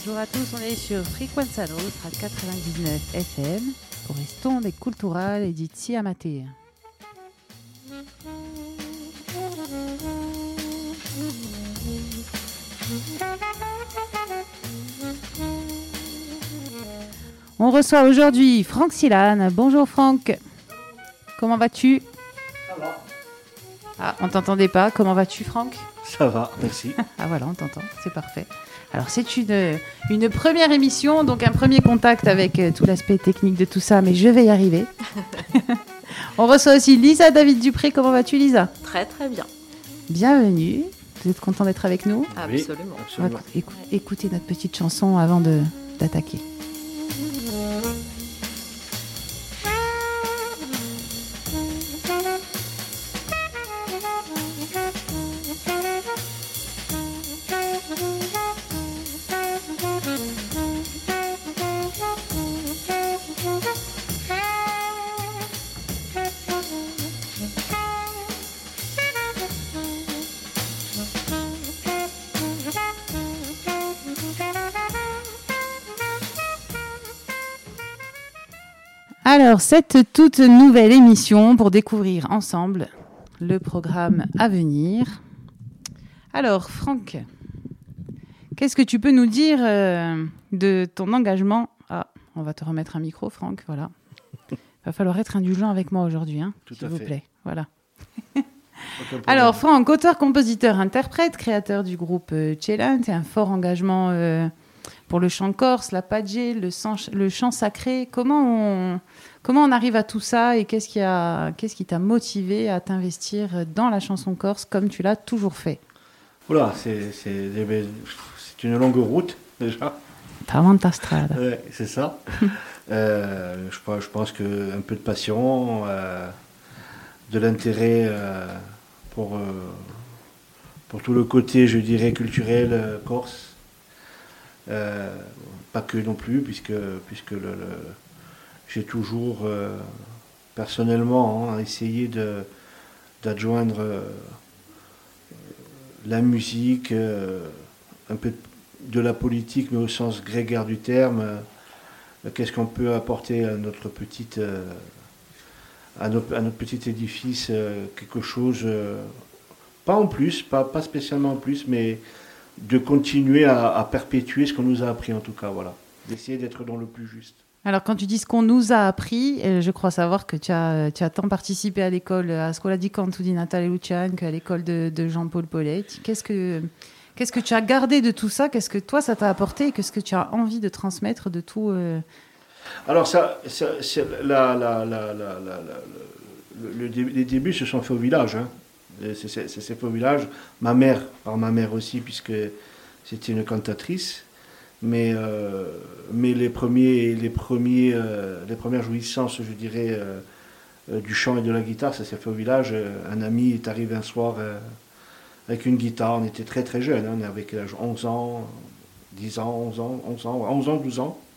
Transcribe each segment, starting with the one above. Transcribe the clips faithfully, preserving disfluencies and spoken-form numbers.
Bonjour à tous, on est sur Frequenza Nostra quatre-vingt-dix-neuf F M pour Estonde Culturale e di Zia Matea. On reçoit aujourd'hui Franck Silane. Bonjour Franck, comment vas-tu? Ça va. Ah, on t'entendait pas, comment vas-tu Franck? Ça va, merci. Ah voilà, on t'entend, c'est parfait. Alors c'est une, une première émission, donc un premier contact avec euh, tout l'aspect technique de tout ça, mais je vais y arriver. On reçoit aussi Lisa David Dupré. Comment vas-tu Lisa? Très très bien. Bienvenue, vous êtes content d'être avec nous? Absolument. Oui, absolument. On va écou- écouter notre petite chanson avant de, d'attaquer. Alors, cette toute nouvelle émission pour découvrir ensemble le programme à venir. Alors, Franck, qu'est-ce que tu peux nous dire euh, de ton engagement? Ah, on va te remettre un micro, Franck, voilà. Il va falloir être indulgent avec moi aujourd'hui, hein, Tout s'il à vous fait. plaît. Voilà. Aucun problème. Alors, Franck, auteur, compositeur, interprète, créateur du groupe euh, Ceylan, tu as un fort engagement euh, pour le chant corse, la padjé, le, sang- le chant sacré. Comment on, comment on arrive à tout ça et qu'est-ce qui, a, qu'est-ce qui t'a motivé à t'investir dans la chanson corse comme tu l'as toujours fait? Voilà, c'est, c'est, eh ben, c'est une longue route déjà. Tanta strada. Ouais, c'est ça. Euh, je, pense- je pense qu'un peu de passion, euh, de l'intérêt euh, pour, euh, pour tout le côté, je dirais, culturel euh, corse. Euh, pas que non plus, puisque, puisque le, le- j'ai toujours euh, personnellement hein, essayé de, d'adjoindre euh, la musique, euh, un peu de la politique, mais au sens grégaire du terme. Euh, qu'est-ce qu'on peut apporter à notre petite, euh, à notre, à notre petit édifice, euh, quelque chose, euh, pas en plus, pas, pas spécialement en plus, mais de continuer à, à perpétuer ce qu'on nous a appris en tout cas, voilà. D'essayer d'être dans le plus juste. Alors, quand tu dis ce qu'on nous a appris, euh, je crois savoir que tu as, tu as tant participé à l'école, à Scuola di Canto di Natale Lucian, qu'à l'école de, de Jean-Paul Poletti. Qu'est-ce que, qu'est-ce que tu as gardé de tout ça? Qu'est-ce que toi, ça t'a apporté? Et qu'est-ce que tu as envie de transmettre de tout euh... Alors, ça, ça, c'est la, la, la, la, la, la- le- le dé- les débuts se sont faits au village. Hein. Et C'est, c'est, c'est fait au village. Ma mère, par ma mère aussi, puisque c'était une cantatrice. Mais, euh, mais les, premiers, les, premiers, euh, les premières jouissances, je dirais, euh, euh, du chant et de la guitare, ça s'est fait au village. Euh, Un ami est arrivé un soir euh, avec une guitare. On était très très jeunes. Hein. On avait quel âge? onze ans, dix ans, onze ans, onze ans, onze ans, douze ans.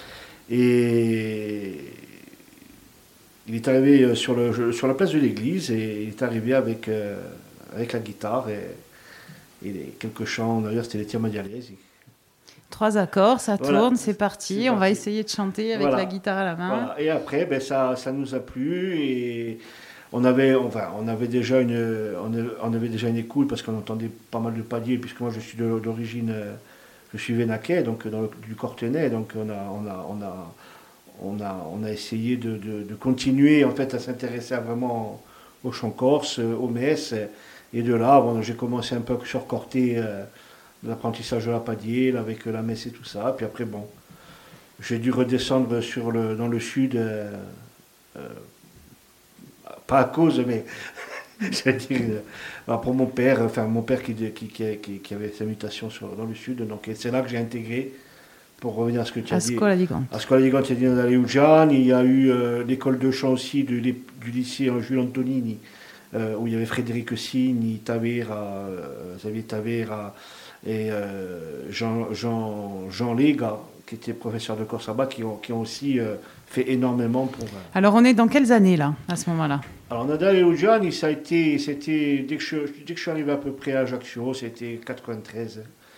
Et il est arrivé euh, sur, le, sur la place de l'église et il est arrivé avec, euh, avec la guitare et, et les quelques chants. D'ailleurs, c'était les Tia Madialese. Trois accords, ça Voilà. tourne, c'est parti. C'est On va parti. essayer de chanter avec Voilà. la guitare à la main. Voilà. Et après, ben, ça, ça nous a plu et on avait, enfin, on avait déjà une, on a- on avait déjà une écoute parce qu'on entendait pas mal de padiers puisque moi je suis de- d'origine, euh, je suis vénaquais, donc dans le, du Cortenay, donc on a, on a, on a, on a, on a essayé de, de- de continuer en fait à s'intéresser à vraiment au chant corse, euh, aux messes et de là, bon, j'ai commencé un peu à surcorter euh, l'apprentissage de la padier avec la messe et tout ça, puis après bon. J'ai dû redescendre sur le, dans le sud, euh, euh, pas à cause, mais c'est-à-dire, euh, pour mon père, enfin mon père qui, qui, qui, qui- qui avait sa mutation sur, dans le sud, donc et c'est là que j'ai intégré, pour revenir à ce que tu as À dit. Scuola di Canto. À Scuola di Canto di Natale Lucian, il y a eu euh, l'école de chant aussi de, l'é- du lycée euh, Jules Antonini, euh, où il y avait Frédéric Signi, Tavera, euh, Xavier Tavera et euh, Jean, Jean, Jean Lega, qui était professeur de corse là-bas, qui ont, qui ont aussi euh, fait énormément pour... euh, Alors, on est dans quelles années, là, à ce moment-là? Alors, Nadal et Luciani, ça a été, c'était, dès que, je, dès que je suis arrivé à peu près à Ajaccio, c'était quatre-vingt-treize.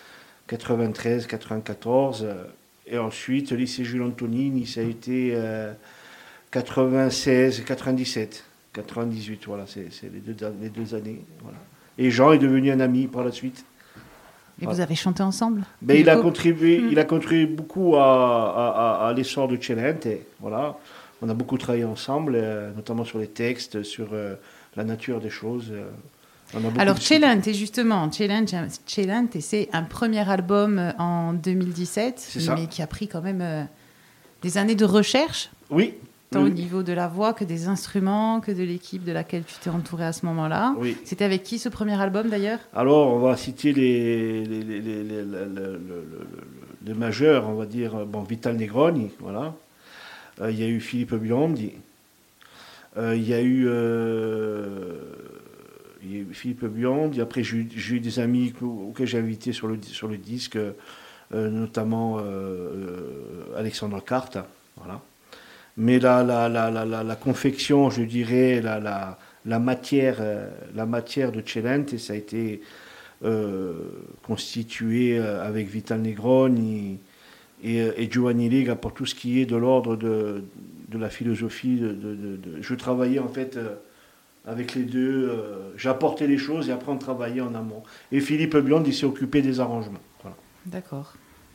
quatre-vingt-treize quatre-vingt-quatorze. Euh, et ensuite, lycée Jules Antonini, ça a été euh, quatre-vingt-seize quatre-vingt-dix-sept. quatre-vingt-dix-huit, voilà, c'est, c'est les, deux, les deux années. Voilà. Et Jean est devenu un ami par la suite. Et voilà. Vous avez chanté ensemble? Ben, il, a contribué, mmh. il a contribué beaucoup à, à, à, à l'essor de Celente. Voilà. On a beaucoup travaillé ensemble, euh, notamment sur les textes, sur euh, la nature des choses. Euh, Alors, Celente, justement, Celente, Celente, c'est un premier album en deux mille dix-sept, mais qui a pris quand même euh, des années de recherche. Oui. Tant oui. au niveau de la voix que des instruments, que de l'équipe de laquelle tu t'es entouré à ce moment-là. Oui. C'était avec qui ce premier album d'ailleurs? Alors, on va citer les, les, les, les, les, les, les majeurs, on va dire. Bon, Vital Negroni, voilà. Il euh, y a eu Philippe Biondi. Il euh, y a eu, euh, y a eu Philippe Biondi. Après, j'ai eu, j'ai eu des amis auxquels j'ai invité sur le, sur le disque, euh, notamment euh, Alexandre Carte, voilà. Mais la, la, la, la, la, la confection, je dirais, la, la, la, matière, euh, la matière de Celente, ça a été euh, constitué avec Vital Negroni et, et, et Giovanni Lega pour tout ce qui est de l'ordre de, de la philosophie. De, de, de, de... Je travaillais en fait euh, avec les deux, euh, j'apportais les choses et après on travaillait en amont. Et Philippe Biondi s'est occupé des arrangements. Voilà. D'accord.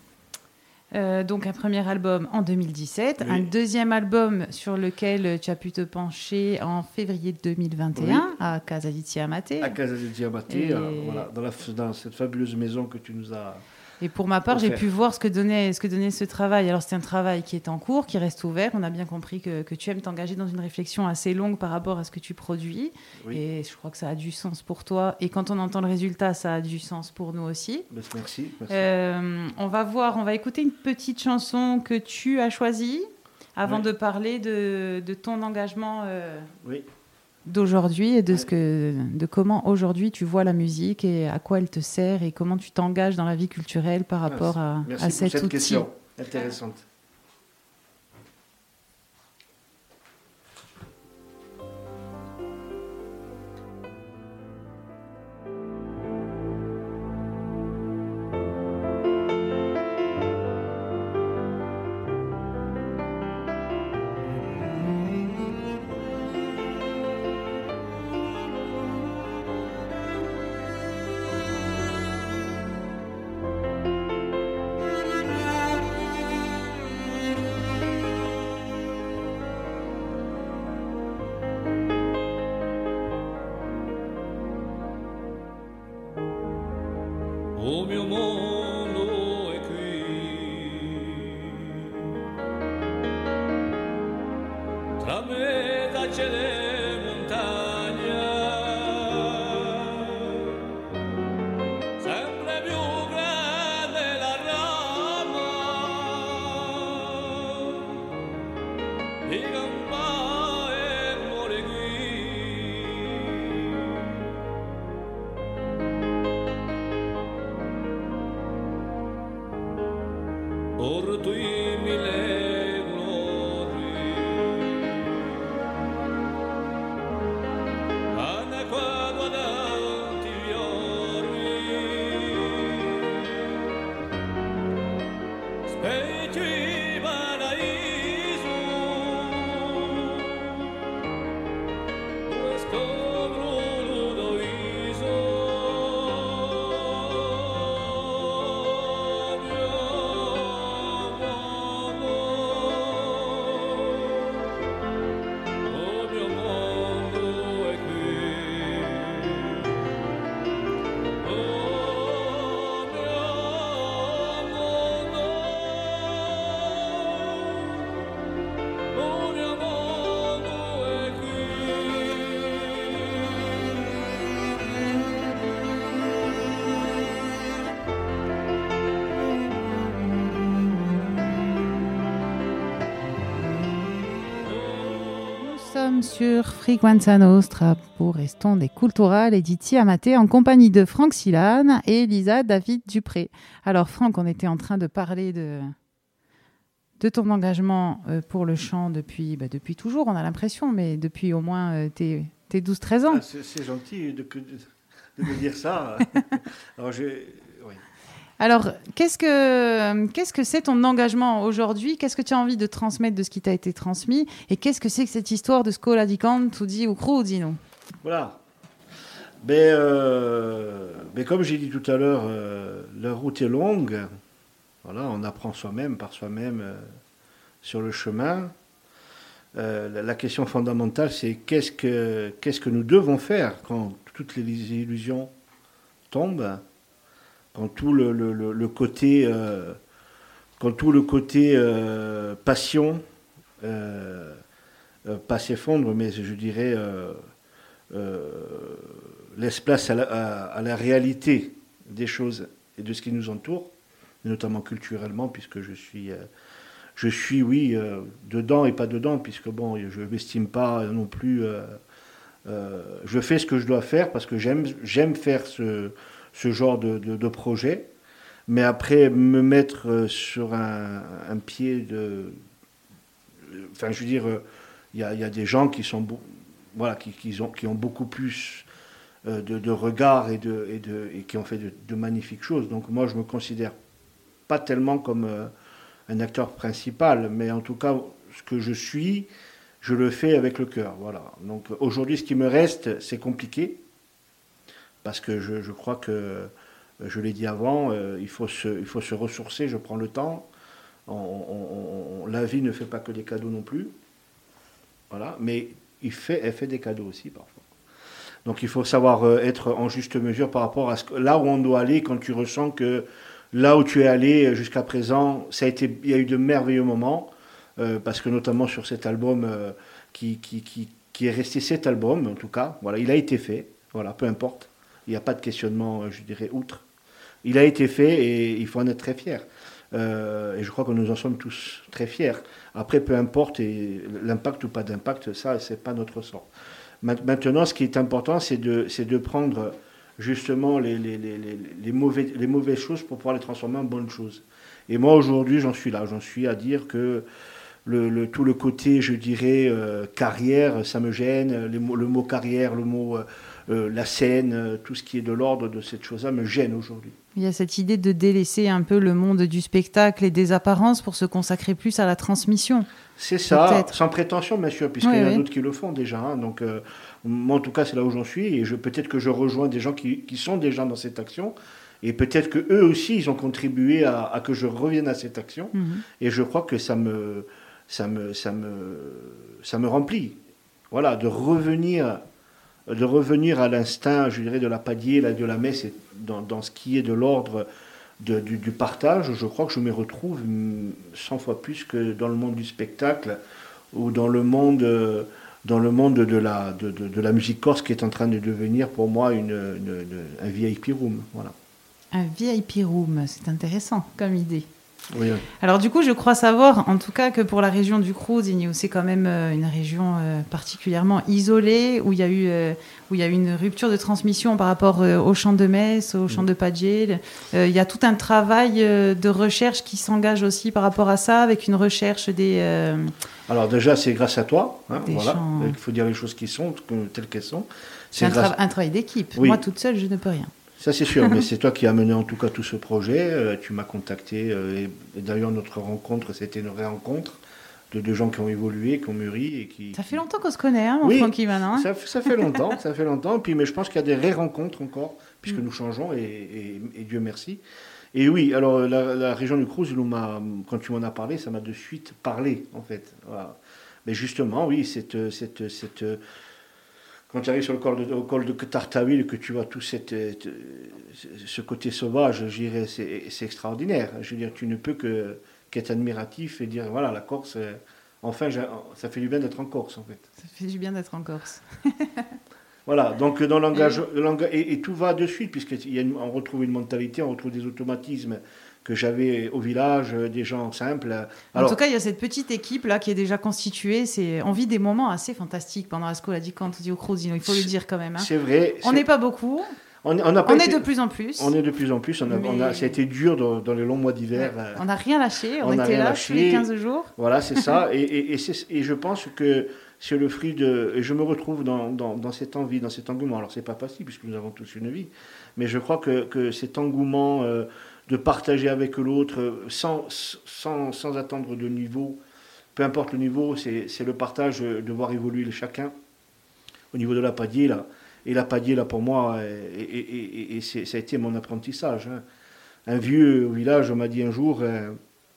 Euh, donc un premier album en deux mille dix-sept, oui. Un deuxième album sur lequel tu as pu te pencher en février deux mille vingt et un, oui. À Casa di Tiamate. À Casa di Tiamate, et... euh, voilà, dans, la, dans cette fabuleuse maison que tu nous as... Et pour ma part, j'ai pu voir ce que, donnait, ce que donnait ce travail. Alors, c'est un travail qui est en cours, qui reste ouvert. On a bien compris que, que tu aimes t'engager dans une réflexion assez longue par rapport à ce que tu produis. Oui. Et je crois que ça a du sens pour toi. Et quand on entend le résultat, ça a du sens pour nous aussi. Merci. merci. Euh, on va voir, on va écouter une petite chanson que tu as choisie avant oui. de parler de, de ton engagement euh, oui. d'aujourd'hui et de, ce que, de comment aujourd'hui tu vois la musique et à quoi elle te sert et comment tu t'engages dans la vie culturelle par rapport à, Merci à pour cet cette outil. Question intéressante. O mio mondo è qui, tra me da cielo e montagna, sempre più grande la rama di gamba e muore qui. Portui mille glorie, Anna quando davanti gli ori, specchio i paraiso, dove scopro l'udoviso. Sur Frequenza Nostra pour Estonde Culturale et di Tiamate en compagnie de Franck Silane et Lisa David Dupré. Alors Franck, on était en train de parler de, de ton engagement pour le chant depuis, bah, depuis toujours, on a l'impression, mais depuis au moins euh, tes, tes douze treize ans. Ah, c'est, c'est gentil de, de, de me dire ça. Alors je... Oui. Alors, qu'est-ce que qu'est-ce que c'est ton engagement aujourd'hui? Qu'est-ce que tu as envie de transmettre de ce qui t'a été transmis? Et qu'est-ce que c'est que cette histoire de Scola di Canto di Ucraudino? Voilà. Mais, euh, mais comme j'ai dit tout à l'heure, euh, la route est longue. Voilà, on apprend soi-même, par soi-même, euh, sur le chemin. Euh, la, la question fondamentale, c'est qu'est-ce que, qu'est-ce que nous devons faire quand toutes les illusions tombent, quand tout le, le, le, le côté, euh, quand tout le côté euh, passion euh, euh, pas s'effondre, mais je dirais euh, euh, laisse place à la, à, à la réalité des choses et de ce qui nous entoure, notamment culturellement, puisque je suis, euh, je suis oui, euh, dedans et pas dedans, puisque bon, je ne m'estime pas non plus. Euh, euh, je fais ce que je dois faire parce que j'aime, j'aime faire ce, ce genre de, de, de projet, mais après me mettre sur un, un pied de. Enfin, je veux dire, il y, y a des gens qui sont, voilà, qui, qui, ont, qui ont beaucoup plus de, de regard et, de, et, de, et qui ont fait de, de magnifiques choses. Donc moi, je me considère pas tellement comme euh, un acteur principal, mais en tout cas, ce que je suis, je le fais avec le cœur. Voilà. Donc aujourd'hui, ce qui me reste, c'est compliqué, parce que je, je crois que, je l'ai dit avant, euh, il, faut se, il faut se ressourcer, je prends le temps. On, on, on, la vie ne fait pas que des cadeaux non plus. Voilà. Mais il fait, elle fait des cadeaux aussi, parfois. Donc il faut savoir euh, être en juste mesure par rapport à ce que, là où on doit aller quand tu ressens que là où tu es allé jusqu'à présent, ça a été, il y a eu de merveilleux moments, euh, parce que notamment sur cet album euh, qui, qui, qui, qui est resté cet album, en tout cas, voilà, il a été fait, voilà, peu importe, il n'y a pas de questionnement, je dirais, outre. Il a été fait et il faut en être très fier. Euh, et je crois que nous en sommes tous très fiers. Après, peu importe, et l'impact ou pas d'impact, ça, c'est pas notre sort. Maintenant, ce qui est important, c'est de, c'est de prendre justement les, les, les, les, mauvais, les mauvaises choses pour pouvoir les transformer en bonnes choses. Et moi, aujourd'hui, j'en suis là. J'en suis à dire que le, le, tout le côté, je dirais, euh, carrière, ça me gêne. Les mots, le mot carrière, le mot euh, la scène, euh, tout ce qui est de l'ordre de cette chose-là me gêne aujourd'hui. Il y a cette idée de délaisser un peu le monde du spectacle et des apparences pour se consacrer plus à la transmission. C'est ça, peut-être. Sans prétention, bien sûr, puisqu'il oui, y en a oui. d'autres qui le font déjà. Hein, donc, euh, moi, en tout cas, c'est là où j'en suis. Et je, peut-être que je rejoins des gens qui, qui sont déjà dans cette action. Et peut-être qu'eux aussi, ils ont contribué à, à que je revienne à cette action. Mm-hmm. Et je crois que ça me, ça me, ça me, ça me remplit. Voilà, de revenir, de revenir à l'instinct, je dirais, de la padier, de la messe, et dans, dans ce qui est de l'ordre de, du, du partage. Je crois que je me retrouve cent fois plus que dans le monde du spectacle ou dans le monde, dans le monde de, la, de, de, de la musique corse qui est en train de devenir pour moi une, une, une, un V I P room. Voilà. Un V I P room, c'est intéressant comme idée. Oui, oui. Alors du coup, je crois savoir, en tout cas, que pour la région du Crozigno, c'est quand même euh, une région euh, particulièrement isolée, où il y a eu, euh, où il y a eu une rupture de transmission par rapport euh, au chant de messe, au chant mmh. de Padjé. Euh, il y a tout un travail euh, de recherche qui s'engage aussi par rapport à ça, avec une recherche des... Euh, Alors déjà, c'est grâce à toi, hein, voilà. Chants... Il faut dire les choses qui sont, telles qu'elles sont. C'est, c'est un, grâce... tra- un travail d'équipe. Oui. Moi, toute seule, je ne peux rien. Ça, c'est sûr, mais c'est toi qui as mené en tout cas tout ce projet. Euh, tu m'as contacté, euh, et, et d'ailleurs, notre rencontre, c'était une rérencontre de deux gens qui ont évolué, qui ont mûri. Et qui, ça fait longtemps qu'on se connaît, hein, mon oui, Francky Malin. Ça, ça fait longtemps, ça fait longtemps. Puis, mais je pense qu'il y a des ré-rencontres encore, puisque mm. nous changeons, et, et, et Dieu merci. Et oui, alors la, la région du Cruz, quand tu m'en as parlé, ça m'a de suite parlé, en fait. Voilà. Mais justement, oui, cette... cette, cette quand tu arrives sur le col de, au col de Tartahuil et que tu vois tout cette, ce côté sauvage, je dirais, c'est, c'est extraordinaire. Je veux dire, tu ne peux que, qu'être admiratif et dire, voilà, la Corse, enfin, ça fait du bien d'être en Corse, en fait. Ça fait du bien d'être en Corse. Voilà, donc dans langage, langage et, et tout va de suite, puisqu'on retrouve une mentalité, on retrouve des automatismes que j'avais au village, des gens simples. Alors, en tout cas, il y a cette petite équipe là qui est déjà constituée. C'est, on vit des moments assez fantastiques pendant la Scola di Canto di Ucraudino. Il faut le dire quand même. Hein. C'est vrai. On n'est pas beaucoup. On, on, a pas on été, est de plus en plus. On est de plus en plus. On a, mais... on a, ça a été dur dans, dans les longs mois d'hiver. Ouais. On n'a rien lâché. On, on était là lâché. tous les quinze jours. Voilà, c'est ça. Et, et, et, c'est, et je pense que c'est le fruit de... Et je me retrouve dans, dans, dans cette envie, dans cet engouement. Alors, c'est pas facile puisque nous avons tous une vie. Mais je crois que, que cet engouement... Euh, de partager avec l'autre sans, sans, sans attendre de niveau. Peu importe le niveau, c'est, c'est le partage, de voir évoluer chacun au niveau de la padier, là. Et la padier, là, pour moi, et, et, et, et c'est, ça a été mon apprentissage. Hein. Un vieux au village m'a dit un jour, euh,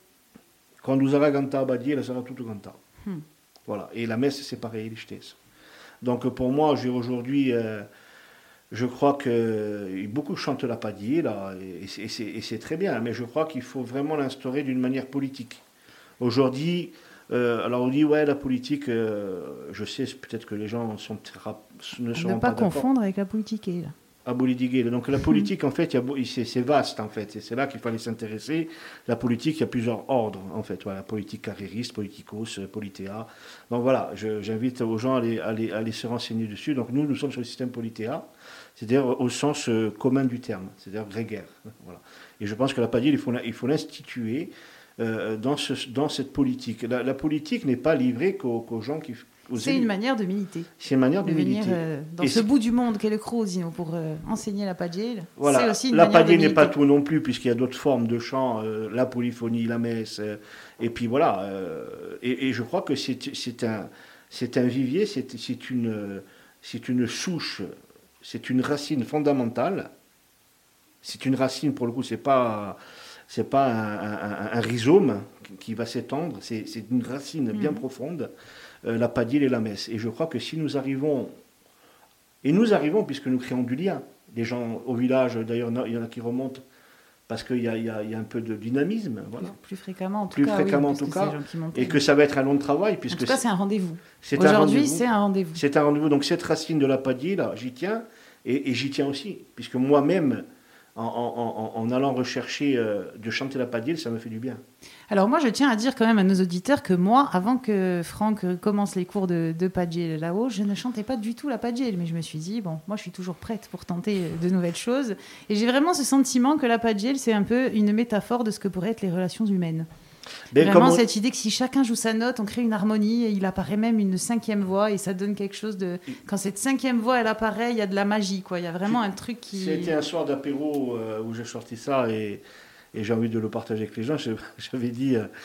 quand nous aura ganta à padier, là, ça sera tout ganta. Hmm. Voilà. Et la messe, c'est pareil, les jetés. Donc pour moi, j'ai aujourd'hui, euh, je crois que beaucoup chantent la padier, là, et c'est, et, c'est, et c'est très bien, mais je crois qu'il faut vraiment l'instaurer d'une manière politique. Aujourd'hui, Euh, alors on dit ouais la politique, euh, je sais peut-être que les gens sont, ne seront ne pas, pas d'accord. confondre avec la politique. Là. Ah, politique. Donc la politique en fait, y a, c'est, c'est vaste en fait, et c'est là qu'il fallait s'intéresser. La politique, il y a plusieurs ordres en fait. Voilà, politique carriériste, politicos, politéa. Donc voilà, je, j'invite aux gens à aller, à, aller, à aller se renseigner dessus. Donc nous, nous sommes sur le système politéa, c'est-à-dire au sens euh, commun du terme, c'est-à-dire grégaire. Voilà. Et je pense que la padier, il faut, il faut l'instituer. Euh, dans, ce, dans cette politique. La, la politique n'est pas livrée qu'aux, qu'aux gens qui... Aux c'est élus. Une manière de militer. C'est une manière de, de militer. venir euh, dans Et ce bout du monde qu'est le Crozino pour euh, enseigner la padier. Voilà. C'est aussi une la manière padier de n'est militer. pas tout non plus, puisqu'il y a d'autres formes de chant, euh, la polyphonie, la messe, euh, et puis voilà. Euh, et, et je crois que c'est, c'est, un, c'est un vivier, c'est, c'est, une, c'est une souche, c'est une racine fondamentale. C'est une racine, pour le coup, c'est pas... C'est pas un, un, un rhizome qui va s'étendre, c'est, c'est une racine bien mmh. profonde, euh, la padier et la messe. Et je crois que si nous arrivons, et nous arrivons puisque nous créons du lien, les gens au village, d'ailleurs il y en a qui remontent parce qu'il y a, il y a, il y a un peu de dynamisme. Voilà. Plus, plus fréquemment en tout plus cas. Fréquemment, oui, en tout cas que et que ça va être un long travail. Puisque en tout cas, c'est, c'est un rendez-vous. C'est Aujourd'hui, un rendez-vous. c'est un rendez-vous. C'est un rendez-vous. Donc cette racine de la padier, là, j'y tiens, et, et j'y tiens aussi, puisque moi-même, En, en, en, en allant rechercher euh, de chanter la padier, ça me fait du bien. Alors moi, je tiens à dire quand même à nos auditeurs que moi, avant que Franck commence les cours de, de padier là-haut, je ne chantais pas du tout la padier, mais je me suis dit, bon, moi je suis toujours prête pour tenter de nouvelles choses. Et j'ai vraiment ce sentiment que la padier, c'est un peu une métaphore de ce que pourraient être les relations humaines. Mais vraiment on... cette idée que si chacun joue sa note, on crée une harmonie et il apparaît même une cinquième voix et ça donne quelque chose de... Quand cette cinquième voix elle apparaît, il y a de la magie, quoi. Il y a vraiment un truc qui... C'était un soir d'apéro euh, où j'ai sorti ça et, et j'ai envie de le partager avec les gens. J'avais dit, euh,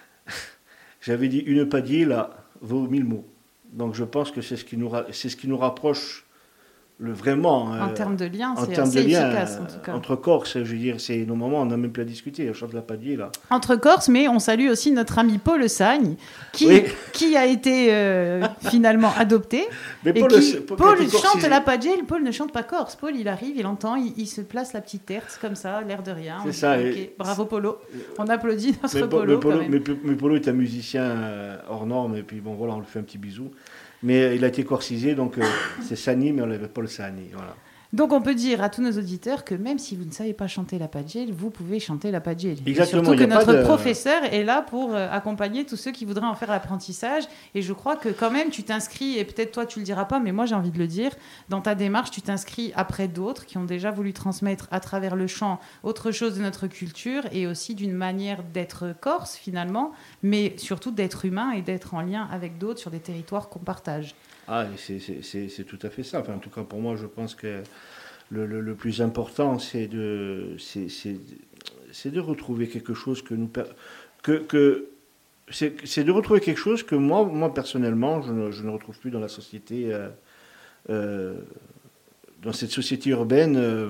j'avais dit une padier là vaut mille mots. Donc je pense que c'est ce qui nous, ra... c'est ce qui nous rapproche le, vraiment. En euh, termes de lien, c'est assez efficace en tout cas. Entre Corses, je veux dire, c'est nos moments, on n'a même plus à discuter, on chante la padier là. Entre Corses, mais on salue aussi notre ami Paul Sagne, qui, oui. qui a été euh, finalement adopté. Mais Paul, et qui, Paul, Paul chante la padier, Paul ne chante pas Corse. Paul, il arrive, il entend, il, il se place la petite terce comme ça, l'air de rien. C'est ça. Dit, okay, et... Bravo Polo. On applaudit notre mais, Polo. Mais Polo, quand même. Mais, mais Polo est un musicien hors norme, et puis bon voilà, on lui fait un petit bisou. Mais il a été corcisé, donc euh, c'est Sani, mais on l'avait Paul Sani, voilà. Donc on peut dire à tous nos auditeurs que même si vous ne savez pas chanter la padiel, vous pouvez chanter la padiel. Exactement. Surtout que notre de... professeur est là pour euh, accompagner tous ceux qui voudraient en faire l'apprentissage. Et je crois que quand même tu t'inscris, et peut-être toi tu le diras pas, mais moi j'ai envie de le dire, dans ta démarche tu t'inscris après d'autres qui ont déjà voulu transmettre à travers le chant autre chose de notre culture et aussi d'une manière d'être corse finalement, mais surtout d'être humain et d'être en lien avec d'autres sur des territoires qu'on partage. Ah, c'est, c'est, c'est, c'est tout à fait ça. Enfin, en tout cas, pour moi, je pense que le, le, le plus important, c'est de, c'est, c'est, c'est de retrouver quelque chose que nous... Que, que, c'est, c'est de retrouver quelque chose que moi, moi personnellement, je ne, je ne retrouve plus dans la société... Euh, euh, dans cette société urbaine, euh,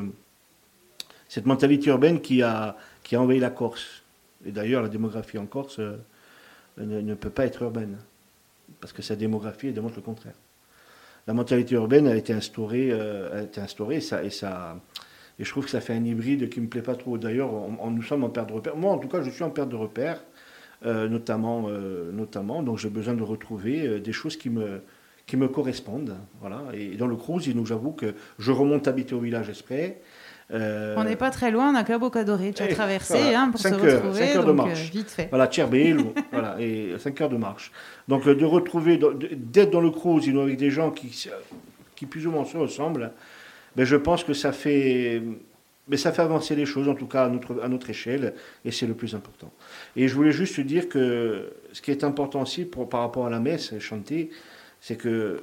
cette mentalité urbaine qui a, qui a envahi la Corse. Et d'ailleurs, la démographie en Corse euh, ne, ne peut pas être urbaine. Parce que sa démographie elle démontre le contraire. La mentalité urbaine a été instaurée, euh, a été instaurée et, ça, et, ça, et je trouve que ça fait un hybride qui ne me plaît pas trop. D'ailleurs, on, on, nous sommes en perte de repère. Moi, en tout cas, je suis en perte de repère, euh, notamment, euh, notamment. Donc, j'ai besoin de retrouver euh, des choses qui me, qui me correspondent. Voilà. Et dans le Cruz, donc, j'avoue que je remonte habiter au village exprès. Euh... On n'est pas très loin, on a Cabo Cadoré, tu as traversé voilà, hein, pour se heures, retrouver, cinq heures donc de marche. Euh, vite fait. Voilà, Tcherbel, voilà, et cinq heures de marche. Donc de retrouver, d'être dans le Cruz avec des gens qui, qui plus ou moins se ressemblent, ben, je pense que ça fait, mais ça fait avancer les choses, en tout cas à notre, à notre échelle, et c'est le plus important. Et je voulais juste dire que ce qui est important aussi pour, par rapport à la messe chantée, c'est que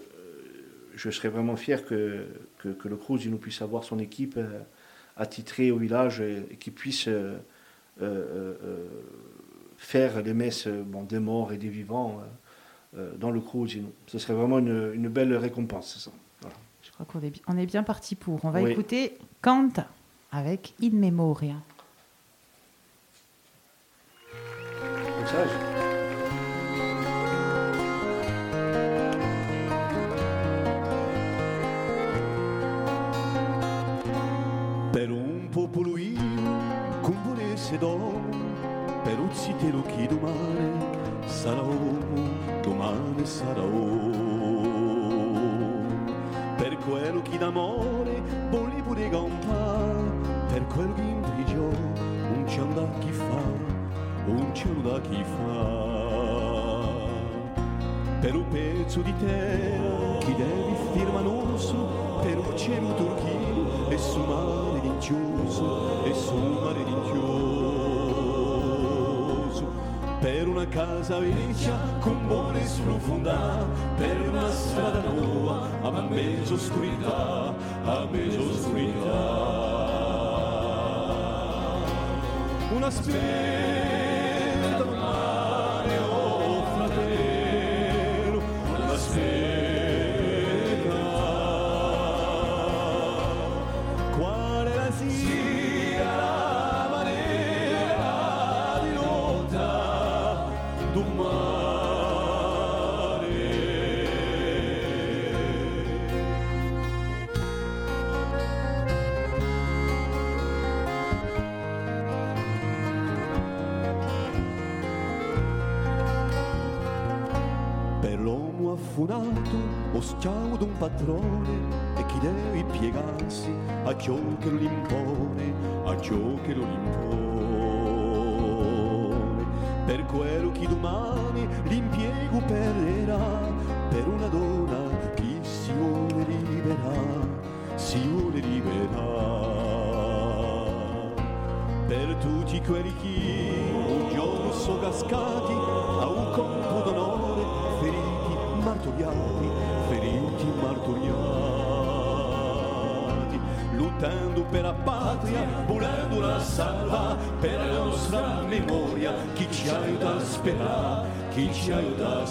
je serais vraiment fier que, que, que le Cruz nous puisse avoir son équipe attitré au village et, et qui puisse euh, euh, euh, faire les messes bon, des morts et des vivants euh, euh, dans le Cruzino. Ce serait vraiment une, une belle récompense. Ça. Voilà. Je crois qu'on est, bi- on est bien parti pour. On va Oui. écouter Canta avec In Memoria. Comme ça, je- Per un popolo io con volesse do, per un zitelo chi domani sarà uomo, domani sarà uomo. Per quello chi d'amore volevo pure campare, per quello che in prigione non c'è da chi fa, non c'è da chi fa. Per un pezzo di terra chi devi firma nostro, per un cielo turchino e su mare rinchioso, e su mare rinchioso. Per una casa vecchia con buone sprofondà, per una strada nuova a mezzo oscurità, a mezzo oscurità. Una spera domani, oh fratello, una spera. Quale la sia la maniera di lotta d'un mare. Per l'uomo affunato, ostiamo d'un padrone, e chi deve piegarsi a ciò che lo impone, a ciò che lo impone. Per quello chi domani l'impiego perderà, per una donna chi si vuole liberare, si vuole liberare. Per tutti quelli che un giorno sono cascati a un colpo d'onore, feriti, martoriati, feriti, martoriati, lottando per la patria, volendo la salva, per la nostra memoria, chi ci aiuta a sperare, chi ci aiuta a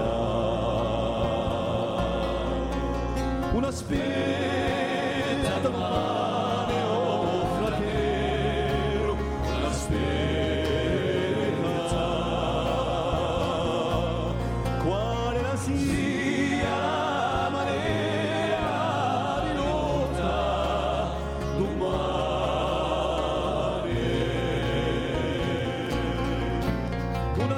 sperare. Una spesa domani, oh fratello, una spesa. Quale la sia la maniera di lotta d'un mare. Una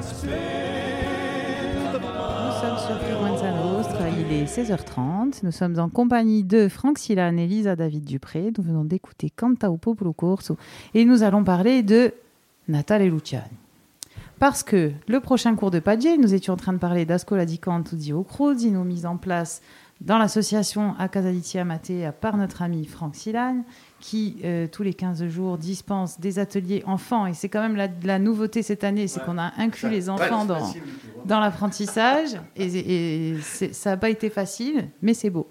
spesa Nous sommes sur Frequenza Nostra, il est seize heures trente. Nous sommes en compagnie de Franck Silane et Lisa David Dupré. Nous venons d'écouter Canta au Popolo Corso et nous allons parler de Natale Luciani. Parce que le prochain cours de Padier, nous étions en train de parler d'Ascola di Canto di Ocruzino, mise en place dans l'association A Casa di Tia Matea par notre ami Franck Silane, qui euh, tous les quinze jours dispense des ateliers enfants. Et c'est quand même la, la nouveauté cette année, c'est Ouais. qu'on a inclus Ça- les ouais, enfants c'est dans, facile du tout, hein. dans l'apprentissage. Et, et c'est- ça n'a pas été facile, mais c'est beau.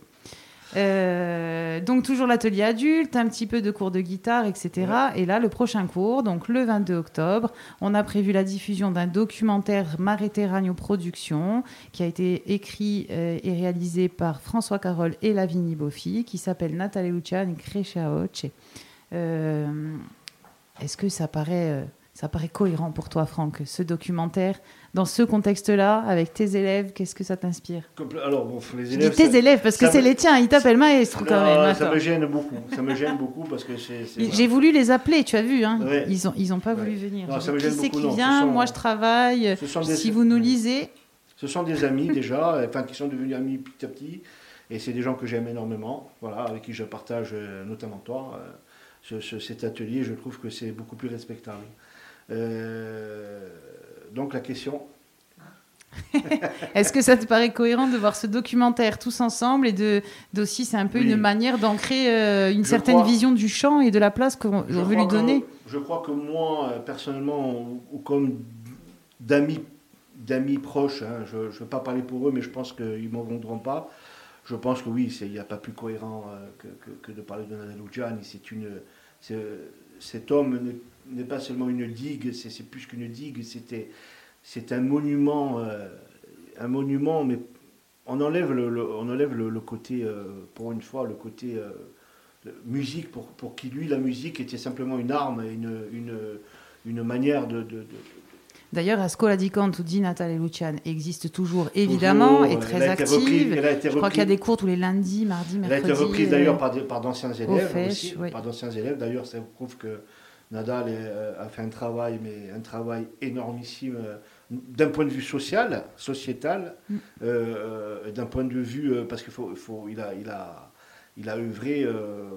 Euh, donc toujours l'atelier adulte, un petit peu de cours de guitare, et cetera. Et là, le prochain cours, donc le vingt-deux octobre, on a prévu la diffusion d'un documentaire Maréterraneo Productions qui a été écrit euh, et réalisé par François Carole et Lavigne Boffi, qui s'appelle Natale Luciani Cresce a Oce. Euh, Est-ce que ça paraît, euh, ça paraît cohérent pour toi, Franck, ce documentaire, dans ce contexte-là, avec tes élèves, qu'est-ce que ça t'inspire? Compl- Alors, bon, les Je élèves. dis tes ça- élèves parce que ça c'est me- les tiens, ils t'appellent maestro quand Non, même. ça attends. me gêne beaucoup. Ça me gêne beaucoup parce que c'est. c'est- J'ai voulu les appeler, tu as vu, hein. Ouais. Ils ont, ils ont pas Ouais. voulu venir. Non, J'ai ça me dit, gêne qui c'est beaucoup, qui non, ce vient? sont- Moi, je travaille. Ce sont des- Si vous nous lisez, Ce sont des amis déjà, enfin qui sont devenus amis petit à petit, et c'est des gens que j'aime énormément, voilà, avec qui je partage euh, notamment toi, euh, ce- ce- cet atelier. Je trouve que c'est beaucoup plus respectable. Euh, donc la question. est-ce que ça te paraît cohérent de voir ce documentaire tous ensemble et de d'aussi, c'est un peu Oui. une manière d'ancrer euh, une Je certaine crois- vision du chant et de la place qu'on Je on veut crois lui que- donner. Je crois que moi, euh, personnellement, ou, ou comme d'amis, d'amis proches, hein, je ne veux pas parler pour eux, mais je pense qu'ils ne m'en voudront pas. Je pense que oui, c'est- il n'y a pas plus cohérent euh, que, que- que de parler de Natale Luciani. C'est une, c'est- cet homme n'est- n'est pas seulement une digue, c'est, c'est plus qu'une digue, c'était, c'est un monument, euh, un monument, mais on enlève le, le on enlève le, le côté, euh, pour une fois, le côté euh, le, musique, pour, pour qui lui, la musique était simplement une arme, une, une, une manière de... de, de D'ailleurs, la Scuola di Canto di Natale Luciani existe toujours, évidemment, toujours, et très active. Reprise, elle a été Je crois qu'il y a des cours tous les lundis, mardis, mercredis. Elle a été reprise d'ailleurs par, des, par d'anciens élèves Fèche, aussi. oui. Par d'anciens élèves. D'ailleurs, ça prouve que Nadal est, a fait un travail, mais un travail énormissime euh, d'un point de vue social, sociétal, mm. euh, d'un point de vue euh, parce qu'il faut, faut, il a, il a, il a œuvré euh,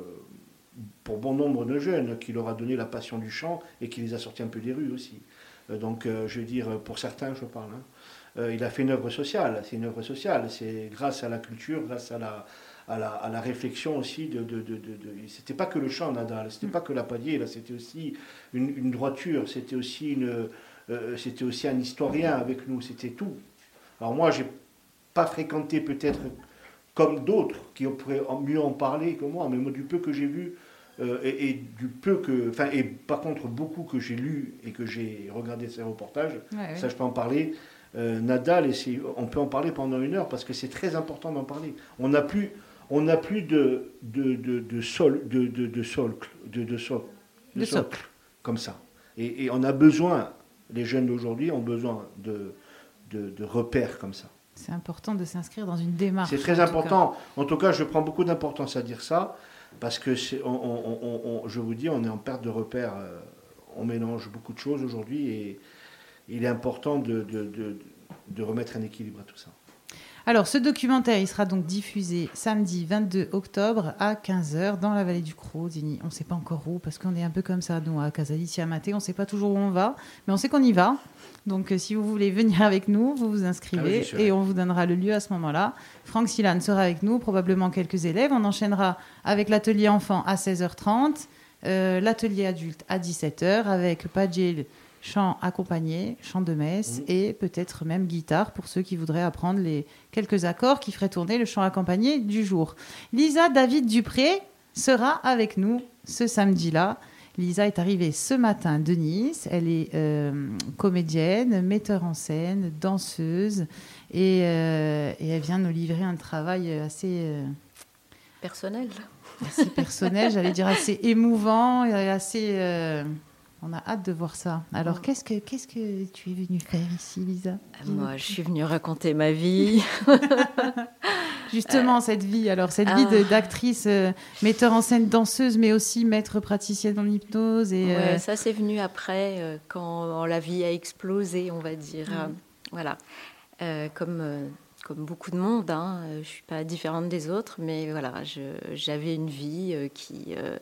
pour bon nombre de jeunes, qui leur a donné la passion du chant et qui les a sortis un peu des rues aussi. Euh, donc, euh, je veux dire, pour certains, je parle. Hein, euh, il a fait une œuvre sociale. C'est une œuvre sociale. C'est grâce à la culture, grâce à la À la, à la réflexion aussi de, de, de, de, de c'était pas que le chant Nadal, c'était pas que la padier, là, c'était aussi une, une droiture, c'était aussi une, euh, c'était aussi un historien avec nous, c'était tout. Alors moi, j'ai pas fréquenté peut-être comme d'autres qui pourraient mieux en parler que moi, mais moi du peu que j'ai vu euh, et, et du peu que, enfin, et par contre beaucoup que j'ai lu et que j'ai regardé ces reportages, ouais, ça ouais. je peux en parler. Euh, Nadal, et c'est, on peut en parler pendant une heure parce que c'est très important d'en parler. On n'a plus On n'a plus de, de, de, de sol, de, de, de socle, de, de, so, de, de socle, socle, comme ça. Et, et on a besoin, les jeunes d'aujourd'hui ont besoin de, de, de repères comme ça. C'est important de s'inscrire dans une démarche. C'est très en important. Tout en tout cas, je prends beaucoup d'importance à dire ça, parce que c'est, on, on, on, on, je vous dis, on est en perte de repères. On mélange beaucoup de choses aujourd'hui, et il est important de, de, de, de remettre un équilibre à tout ça. Alors, ce documentaire, il sera donc diffusé samedi vingt-deux octobre à quinze heures dans la vallée du Crau. On ne sait pas encore où, parce qu'on est un peu comme ça, nous, à Casalicia Maté. On ne sait pas toujours où on va, mais on sait qu'on y va. Donc, si vous voulez venir avec nous, vous vous inscrivez ah oui, et on vous donnera le lieu à ce moment-là. Franck Silane sera avec nous, probablement quelques élèves. On enchaînera avec l'atelier enfant à seize heures trente, euh, l'atelier adulte à dix-sept heures, avec Padjel, chant accompagné, chant de messe, mmh. et peut-être même guitare pour ceux qui voudraient apprendre les quelques accords qui feraient tourner le chant accompagné du jour. Lisa David Dupré sera avec nous ce samedi-là. Lisa est arrivée ce matin de Nice. Elle est euh, comédienne, metteur en scène, danseuse, et, euh, et elle vient nous livrer un travail assez... Euh, personnel. Assez personnel, j'allais dire assez émouvant et assez... Euh, On a hâte de voir ça. Alors, qu'est-ce que, qu'est-ce que tu es venue faire ici, Lisa ? Moi, je suis venue raconter ma vie. Justement, euh, cette vie, alors, cette ah. vie de, d'actrice, euh, metteur en scène, danseuse, mais aussi maître praticienne en hypnose. Et, ouais, euh... ça, c'est venu après, euh, quand la vie a explosé, on va dire. Mm. Euh, voilà. Euh, comme, euh, comme beaucoup de monde, hein, je ne suis pas différente des autres, mais voilà, je, j'avais une vie euh, qui... Euh,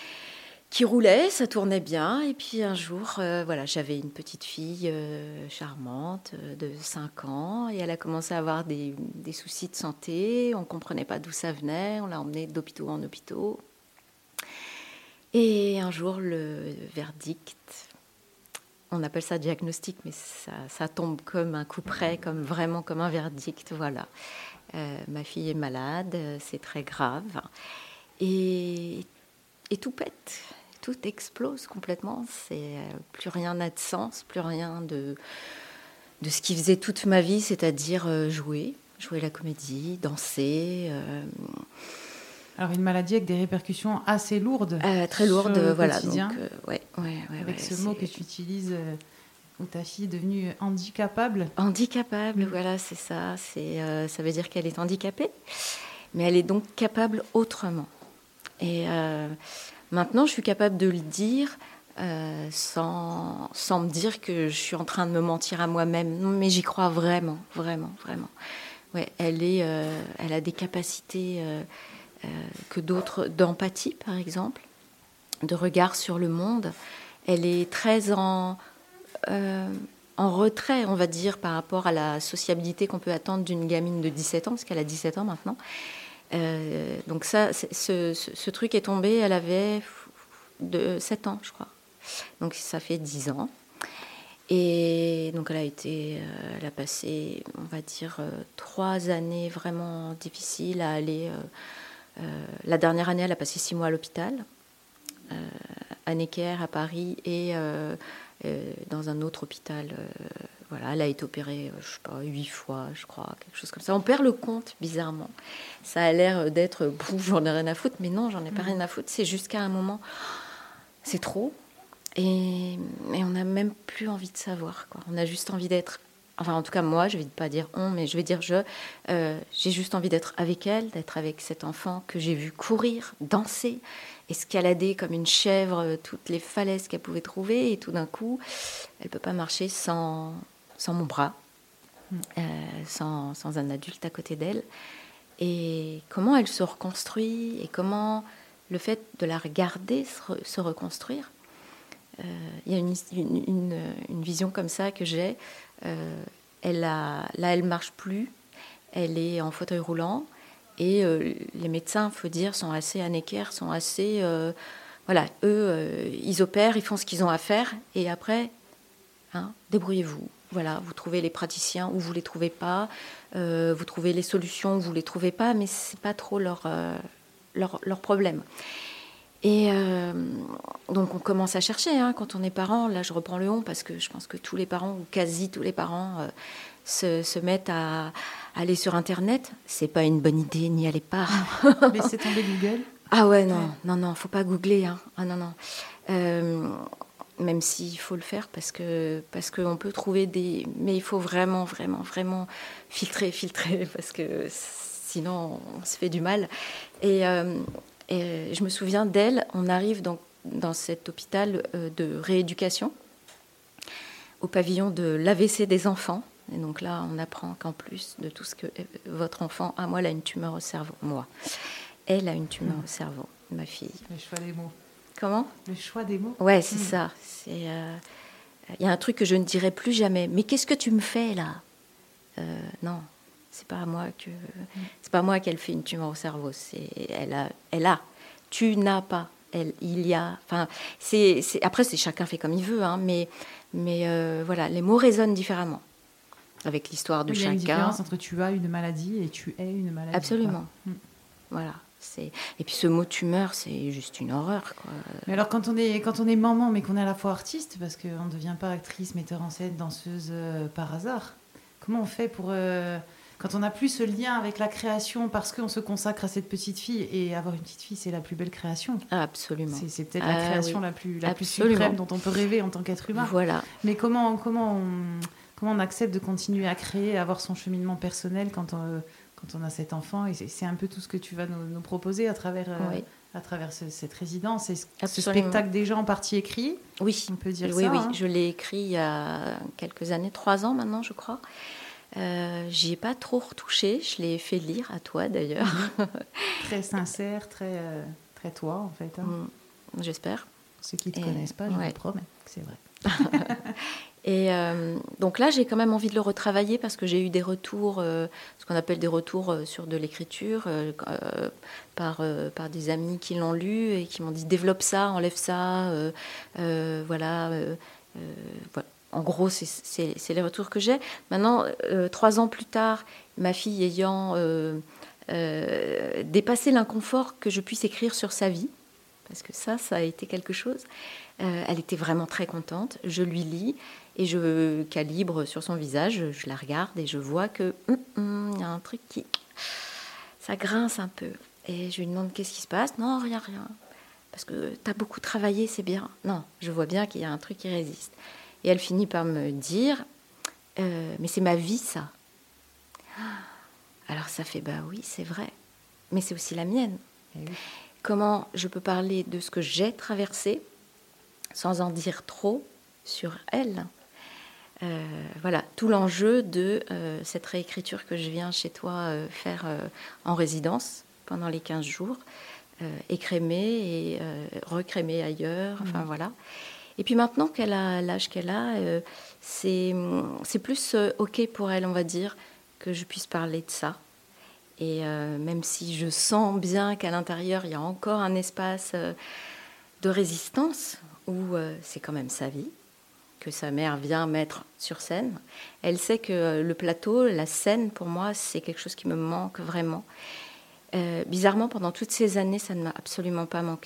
qui roulait, ça tournait bien. Et puis un jour, euh, voilà, j'avais une petite fille euh, charmante euh, de cinq ans, et elle a commencé à avoir des, des soucis de santé. On ne comprenait pas d'où ça venait. On l'a emmenée d'hôpitaux en hôpitaux. Et un jour, le verdict, on appelle ça diagnostic, mais ça, ça tombe comme un coup près, comme vraiment comme un verdict. Voilà. Euh, ma fille est malade, c'est très grave. Et, et tout pète. Tout explose complètement, c'est, euh, plus rien n'a de sens, plus rien de, de ce qui faisait toute ma vie, c'est-à-dire euh, jouer, jouer la comédie, danser. Euh... Alors une maladie avec des répercussions assez lourdes. Euh, très lourdes, voilà. Quotidien. Donc, euh, ouais, ouais, ouais, avec ouais, ce c'est... mot que tu utilises, euh, où ta fille est devenue handicapable. Handicapable, mmh. voilà, c'est ça. C'est, euh, ça veut dire qu'elle est handicapée, mais elle est donc capable autrement. Et... Euh, Maintenant, je suis capable de le dire euh, sans, sans me dire que je suis en train de me mentir à moi-même. Non, mais j'y crois vraiment, vraiment, vraiment. Ouais, elle, est, euh, elle a des capacités euh, euh, que d'autres, d'empathie, par exemple, de regard sur le monde. Elle est très en, euh, en retrait, on va dire, par rapport à la sociabilité qu'on peut attendre d'une gamine de dix-sept ans, parce qu'elle a dix-sept ans maintenant. Euh, donc ça, ce, ce, ce truc est tombé, elle avait de sept ans, je crois. Donc ça fait dix ans. Et donc elle a été, euh, elle a passé, on va dire, euh, trois années vraiment difficiles à aller. Euh, euh, la dernière année, elle a passé six mois à l'hôpital. Euh, à Necker, à Paris, et euh, euh, dans un autre hôpital. Euh, voilà, elle a été opérée, euh, je sais pas, huit fois, je crois, quelque chose comme ça. On perd le compte, bizarrement. Ça a l'air d'être, pouf, j'en ai rien à foutre, mais non, j'en ai pas rien à foutre. C'est jusqu'à un moment, c'est trop, et, et on n'a même plus envie de savoir, quoi. On a juste envie d'être. Enfin, en tout cas, moi, je ne vais pas dire on, mais je vais dire je. Euh, j'ai juste envie d'être avec elle, d'être avec cet enfant que j'ai vu courir, danser, escalader comme une chèvre toutes les falaises qu'elle pouvait trouver. Et tout d'un coup, elle ne peut pas marcher sans, sans mon bras, euh, sans, sans un adulte à côté d'elle. Et comment elle se reconstruit, et comment le fait de la regarder se, re, se reconstruire. Il euh, y a une, une, une, une vision comme ça que j'ai. Euh, elle a, là, elle ne marche plus. Elle est en fauteuil roulant. Et euh, les médecins, il faut dire, sont assez à Necker, sont assez... Euh, voilà, eux, euh, ils opèrent, ils font ce qu'ils ont à faire. Et après, hein, débrouillez-vous. Voilà, vous trouvez les praticiens ou vous ne les trouvez pas. Euh, vous trouvez les solutions ou vous ne les trouvez pas. Mais ce n'est pas trop leur, euh, leur, leur problème. Et euh, donc on commence à chercher, hein, quand on est parent. Là, je reprends le on parce que je pense que tous les parents, ou quasi tous les parents, euh, se, se mettent à, à aller sur Internet. C'est pas une bonne idée, n'y allez pas. Laissez tomber Google. Ah ouais, non, non, non, faut pas googler. Hein. Ah non, non. Euh, même s'il faut le faire parce que parce qu'on peut trouver des... Mais il faut vraiment, vraiment, vraiment filtrer, filtrer parce que sinon on se fait du mal. Et... Euh, Et je me souviens d'elle, on arrive dans, dans cet hôpital de rééducation, au pavillon de l'A V C des enfants. Et donc là, on apprend qu'en plus de tout ce que votre enfant a, moi, elle a une tumeur au cerveau. Moi, elle a une tumeur mmh. au cerveau, ma fille. Le choix des mots. Comment ? Le choix des mots. Ouais, c'est mmh. ça. Il euh, y a un truc que je ne dirai plus jamais. Mais qu'est-ce que tu me fais, là ? euh, Non. C'est pas à moi que c'est pas à moi qu'elle fait une tumeur au cerveau. C'est elle a, elle a. Tu n'as pas. Elle, il y a. Enfin, c'est, c'est après c'est chacun fait comme il veut, hein. Mais mais euh, voilà, les mots résonnent différemment avec l'histoire de il y chacun. Il y a une différence entre tu as une maladie et tu es une maladie. Absolument. Quoi. Voilà. C'est... Et puis ce mot tumeur, c'est juste une horreur, quoi. Mais alors quand on est quand on est maman, mais qu'on est à la fois artiste, parce qu'on ne devient pas actrice, metteur en scène, danseuse euh, par hasard. Comment on fait pour euh, quand on n'a plus ce lien avec la création parce qu'on se consacre à cette petite fille, et avoir une petite fille, c'est la plus belle création. Absolument. C'est, c'est peut-être ah, la création oui. la plus, la plus Absolument. suprême dont on peut rêver en tant qu'être humain. Voilà. Mais comment, comment, on, comment on accepte de continuer à créer, à avoir son cheminement personnel quand on, quand on a cet enfant, et c'est, c'est un peu tout ce que tu vas nous, nous proposer à travers, euh, oui. à travers ce, cette résidence et ce, ce spectacle déjà en partie écrit. Oui, on peut dire oui, ça. Oui, hein. Je l'ai écrit il y a quelques années, trois ans maintenant, je crois. Euh, j'y ai pas trop retouché, je l'ai fait lire à toi d'ailleurs. Très sincère, très, euh, très toi en fait. Hein. Mmh, j'espère. Pour ceux qui ne te Et, connaissent pas, je ouais. vous promets que c'est vrai. Et euh, donc là, j'ai quand même envie de le retravailler parce que j'ai eu des retours, euh, ce qu'on appelle des retours euh, sur de l'écriture, euh, euh, par, euh, par des amis qui l'ont lu et qui m'ont dit développe ça, enlève ça, euh, euh, voilà. Euh, euh, voilà. En gros, c'est, c'est, c'est les retours que j'ai. Maintenant, euh, trois ans plus tard, ma fille ayant euh, euh, dépassé l'inconfort que je puisse écrire sur sa vie, parce que ça, ça a été quelque chose, euh, elle était vraiment très contente. Je lui lis et je calibre sur son visage, je la regarde et je vois que hum, hum, y a un truc qui... ça grince un peu. Et je lui demande qu'est-ce qui se passe. Non, rien, rien. Parce que tu as beaucoup travaillé, c'est bien. Non, je vois bien qu'il y a un truc qui résiste. Et elle finit par me dire euh, « Mais c'est ma vie, ça. » Alors ça fait « Bah oui, c'est vrai. Mais c'est aussi la mienne. Et oui. » Comment je peux parler de ce que j'ai traversé sans en dire trop sur elle ? euh, Voilà, tout l'enjeu de euh, cette réécriture que je viens chez toi euh, faire euh, en résidence pendant les quinze jours, euh, écrémer et euh, recrémer ailleurs, enfin mmh. voilà. Et puis maintenant qu'elle a l'âge qu'elle a, euh, c'est, c'est plus euh, OK pour elle, on va dire, que je puisse parler de ça. Et euh, même si je sens bien qu'à l'intérieur, il y a encore un espace euh, de résistance, où euh, c'est quand même sa vie, que sa mère vient mettre sur scène. Elle sait que euh, le plateau, la scène, pour moi, c'est quelque chose qui me manque vraiment. Euh, bizarrement, pendant toutes ces années, ça ne m'a absolument pas manqué.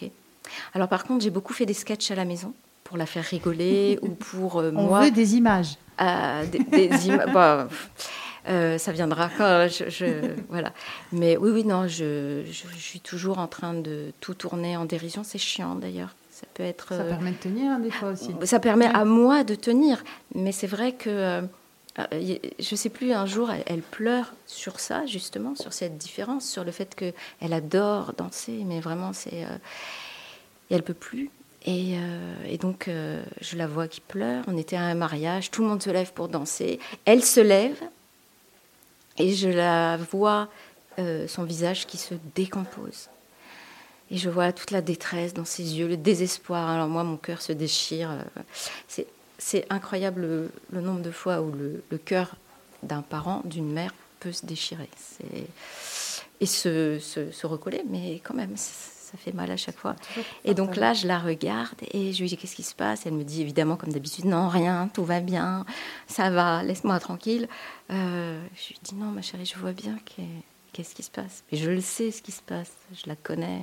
Alors par contre, j'ai beaucoup fait des sketchs à la maison pour la faire rigoler ou pour euh, On moi. On veut des images. Euh, des, des ima- bah, euh, ça viendra quand je, je voilà. Mais oui, oui, non, je, je, je suis toujours en train de tout tourner en dérision. C'est chiant d'ailleurs. Ça peut être. Ça euh, permet de tenir hein, des fois aussi. Ça permet Ouais. à moi de tenir, mais c'est vrai que euh, je sais plus. Un jour, elle, elle pleure sur ça, justement, sur cette différence, sur le fait que elle adore danser, mais vraiment, c'est euh, et elle peut plus. Et, euh, et donc, euh, je la vois qui pleure. On était à un mariage, tout le monde se lève pour danser. Elle se lève et je la vois, euh, son visage qui se décompose. Et je vois toute la détresse dans ses yeux, le désespoir. Alors moi, mon cœur se déchire. C'est, c'est incroyable le, le nombre de fois où le, le cœur d'un parent, d'une mère, peut se déchirer. C'est, et se, se, se recoller, mais quand même, ça fait mal à chaque fois. Et donc là, je la regarde et je lui dis qu'est-ce qui se passe. Elle me dit évidemment, comme d'habitude, non, rien, tout va bien, ça va, laisse-moi tranquille. Euh, je lui dis non, ma chérie, je vois bien que, qu'est-ce qui se passe. Et je le sais, ce qui se passe, je la connais.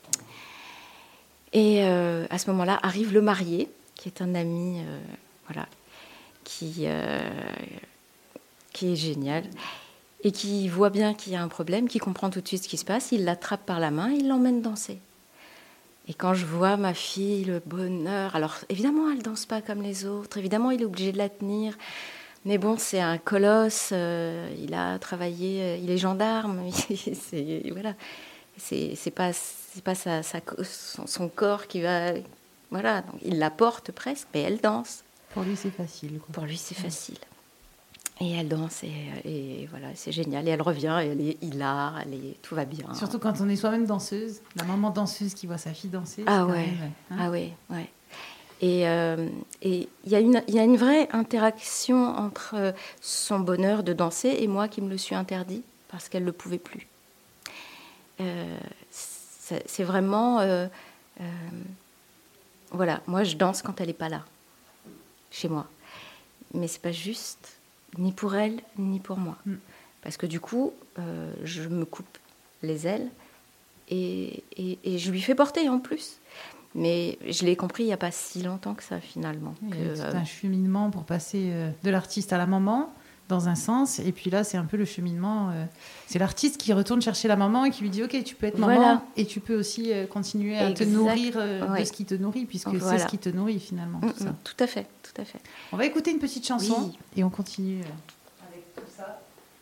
Et euh, à ce moment-là, arrive le marié, qui est un ami, euh, voilà, qui, euh, qui est génial. Et qui voit bien qu'il y a un problème, qui comprend tout de suite ce qui se passe, il l'attrape par la main, il l'emmène danser. Et quand je vois ma fille, le bonheur, alors évidemment elle ne danse pas comme les autres, évidemment il est obligé de la tenir, mais bon c'est un colosse, euh, il a travaillé, euh, il est gendarme, c'est, voilà, c'est, c'est pas, c'est pas sa, sa, son, son corps qui va, voilà, donc il la porte presque, mais elle danse. Pour lui c'est facile. Quoi. Pour lui c'est facile. Et elle danse, et, et voilà, c'est génial. Et elle revient, et elle est hilar, elle est, tout va bien. Surtout quand on est soi-même danseuse, la maman danseuse qui voit sa fille danser. Ah c'est ouais, même, hein. ah ouais, ouais. Et euh, et il y a une, il y a une vraie interaction entre son bonheur de danser et moi qui me le suis interdit parce qu'elle le pouvait plus. Euh, c'est, c'est vraiment, euh, euh, voilà, moi je danse quand elle est pas là, chez moi. Mais c'est pas juste. Ni pour elle, ni pour moi. Mm. Parce que du coup, euh, je me coupe les ailes et, et, et je lui fais porter en plus. Mais je l'ai compris il n'y a pas si longtemps que ça, finalement. Il que, y a tout euh, un cheminement pour passer euh, de l'artiste à la maman, dans un sens. Et puis là, c'est un peu le cheminement. Euh, c'est l'artiste qui retourne chercher la maman et qui lui dit « Ok, tu peux être maman voilà. et tu peux aussi euh, continuer à exact. te nourrir euh, ouais. de ce qui te nourrit, puisque voilà. c'est ce qui te nourrit, finalement. Mmh, tout, ça. tout à fait, tout à fait. » On va écouter une petite chanson oui. et on continue euh, avec tout ça.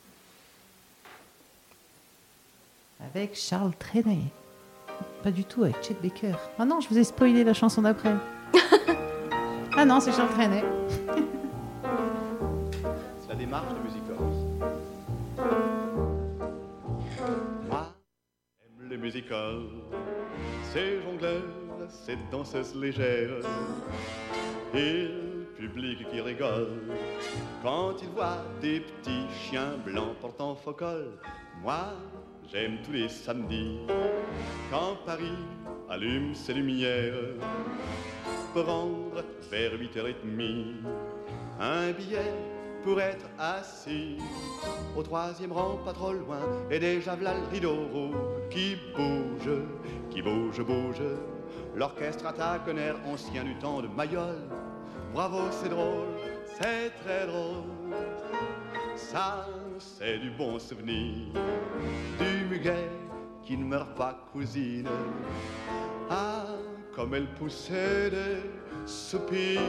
Avec Charles Trenet. Pas du tout, avec Chet Baker. Ah non, je vous ai spoilé la chanson d'après. Ah non, c'est Charles Trenet. C'est la démarche de Music Hall. Moi, j'aime les music halls, ces jongleurs, ces danseuses légères, et le public qui rigole quand il voit des petits chiens blancs portant faux col. Moi, j'aime tous les samedis, quand Paris allume ses lumières, prendre vers huit heures trente un billet pour être assis au troisième rang, pas trop loin, et déjà v'là le rideau rouge qui bouge, qui bouge, bouge. L'orchestre attaque un air ancien du temps de Mayol. Bravo, c'est drôle, c'est très drôle. Ça, c'est du bon souvenir, du muguet qui ne meurt pas, cousine. Ah, comme elle poussait des soupirs.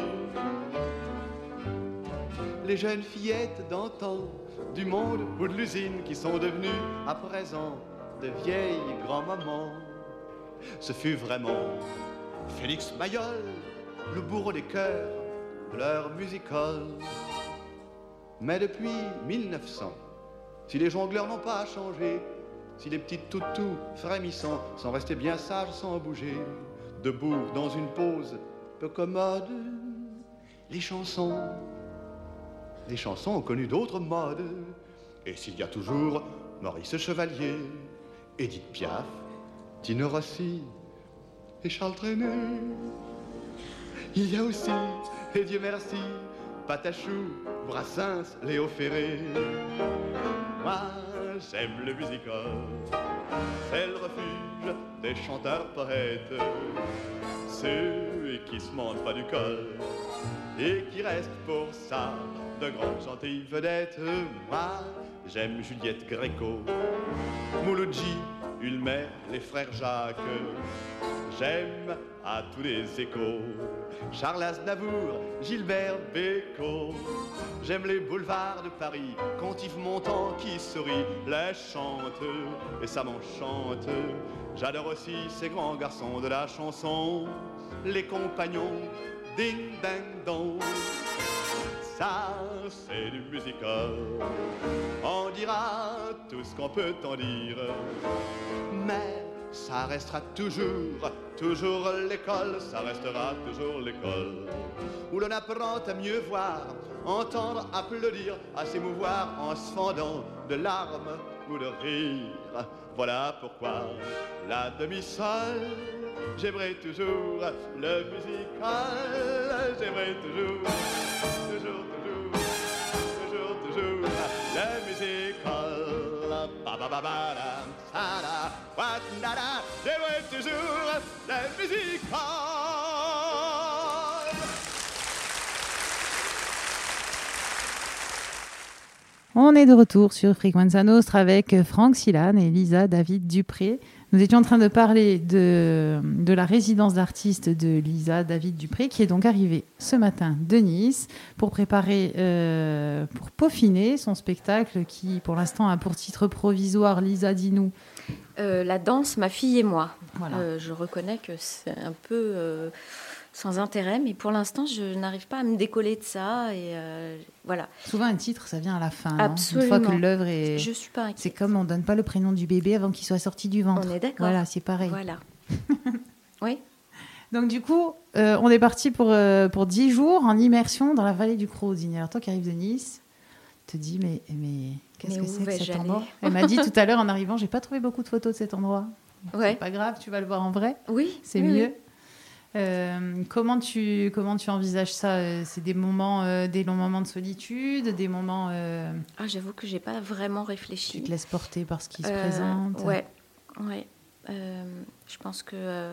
Les jeunes fillettes d'antan, du monde ou de l'usine, qui sont devenues à présent de vieilles grand-mamans. Ce fut vraiment Félix Mayol, le bourreau des cœurs de leur music-hall. Mais depuis mille neuf cents, si les jongleurs n'ont pas changé, si les petits toutous frémissants sont restés bien sages sans bouger, debout dans une pose peu commode, les chansons, les chansons ont connu d'autres modes. Et s'il y a toujours Maurice Chevalier, Édith Piaf, Tino Rossi et Charles Trenet, il y a aussi, et Dieu merci, Patachou, Brassens, Léo Ferré. Moi, j'aime le music hall, c'est le refuge des chanteurs poètes, ceux qui se mentent pas du col et qui restent pour ça de grandes gentilles vedettes. Moi, j'aime Juliette Gréco, Mouloudji, Ulmer, les frères Jacques. J'aime à tous les échos Charles Aznavour, Gilbert Bécaud. J'aime les boulevards de Paris, quand Yves Montand qui sourit les chante et ça m'enchante. J'adore aussi ces grands garçons de la chanson, les compagnons ding ding dong. Ça c'est du musical, on dira tout ce qu'on peut en dire, mais ça restera toujours, toujours l'école, ça restera toujours l'école, où l'on apprend à mieux voir, entendre, applaudir, à s'émouvoir en se fendant de larmes ou de rire. Voilà pourquoi la demi-sol, j'aimerais toujours le musical, j'aimerais toujours, toujours, toujours, toujours, toujours le musical. Ba ba ba ba da, sa da, wa da da, j'aimerais toujours le musical. On est de retour sur Frequenza Nostra avec Franck Silane et Lisa David Dupré. Nous étions en train de parler de, de la résidence d'artiste de Lisa David Dupré, qui est donc arrivée ce matin de Nice pour préparer, euh, pour peaufiner son spectacle qui, pour l'instant, a pour titre provisoire, Lisa, dis-nous. Euh, la danse, ma fille et moi. Voilà. Euh, je reconnais que c'est un peu euh, sans intérêt, mais pour l'instant, je n'arrive pas à me décoller de ça. Et euh, voilà. Souvent, un titre, ça vient à la fin. Absolument. Une fois que l'œuvre est... Je suis pas inquiète. C'est comme on ne donne pas le prénom du bébé avant qu'il soit sorti du ventre. On est d'accord. Voilà, c'est pareil. Voilà. Oui. Donc du coup, euh, on est parti pour, euh, pour dix jours en immersion dans la vallée du Crozine. Alors toi qui arrives de Nice, te dis mais, mais qu'est-ce Mais que où c'est que vais-je cet aller endroit? Elle m'a dit tout à l'heure en arrivant, j'ai pas trouvé beaucoup de photos de cet endroit. Ouais. C'est pas grave, tu vas le voir en vrai. Oui. C'est oui, mieux. oui. Euh, comment tu comment tu envisages ça? C'est des moments, euh, des longs moments de solitude, des moments euh, Ah, j'avoue que j'ai pas vraiment réfléchi. tu te laisses porter par ce qui se Euh, présente. Ouais, ouais. Euh, je pense que euh,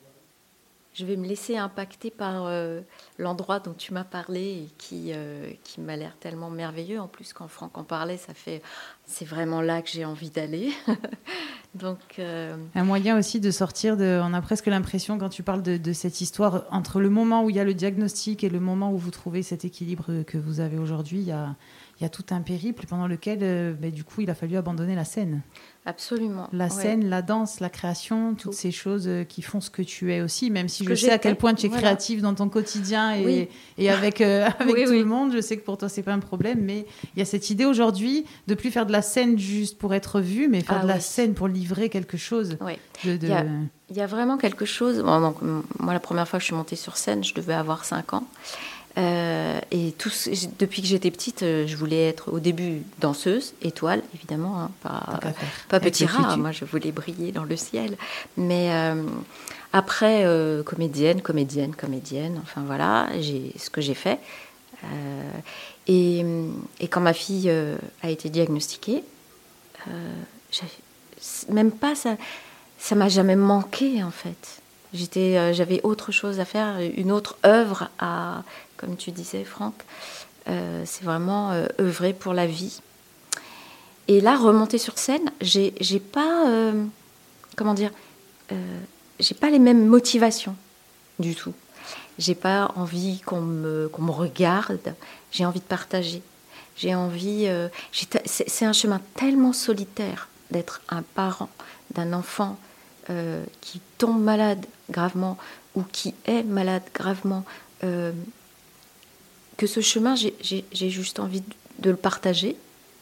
je vais me laisser impacter par euh, l'endroit dont tu m'as parlé et qui, euh, qui m'a l'air tellement merveilleux. En plus, quand Franck en parlait, ça fait... C'est vraiment là que j'ai envie d'aller. Donc... Euh... Un moyen aussi de sortir de... On a presque l'impression, quand tu parles de, de cette histoire, entre le moment où il y a le diagnostic et le moment où vous trouvez cet équilibre que vous avez aujourd'hui, il y a, il y a tout un périple pendant lequel, euh, ben, du coup, il a fallu abandonner la scène. Absolument. La ouais. scène, la danse, la création, toutes Tout. ces choses qui font ce que tu es aussi, même si Que je sais à j'étais. quel point tu es Voilà. créative dans ton quotidien et, Oui. et avec, euh, avec Oui, tout oui. le monde. Je sais que pour toi, c'est pas un problème, mais il y a cette idée aujourd'hui de plus faire de la scène juste pour être vue, mais faire Ah de la oui. scène pour livrer quelque chose. Ouais. De, de... Il y a- Il y a vraiment quelque chose... Bon, donc, moi, la première fois que je suis montée sur scène, je devais avoir cinq ans. Euh, et tout, ce- depuis que j'étais petite, euh, je voulais être au début danseuse, étoile, évidemment, hein, pas, Tant qu'à faire. pas Avec petit le rat. tutu. Moi, je voulais briller dans le ciel. Mais euh, après, euh, comédienne, comédienne, comédienne, enfin voilà, j'ai, ce que j'ai fait. Euh, et, et quand ma fille euh, a été diagnostiquée, euh, j'ai- même pas ça, ça m'a jamais manqué en fait. J'étais, euh, j'avais autre chose à faire, une autre œuvre à, comme tu disais, Franck. Euh, c'est vraiment euh, œuvrer pour la vie. Et là, remonter sur scène, j'ai, j'ai pas, euh, comment dire, euh, j'ai pas les mêmes motivations du tout. J'ai pas envie qu'on me, qu'on me regarde. J'ai envie de partager. J'ai envie. Euh, j'ai te- c'est, c'est un chemin tellement solitaire d'être un parent d'un enfant euh, qui tombe malade gravement ou qui est malade gravement. Euh, que ce chemin, j'ai, j'ai, j'ai juste envie de, de le partager.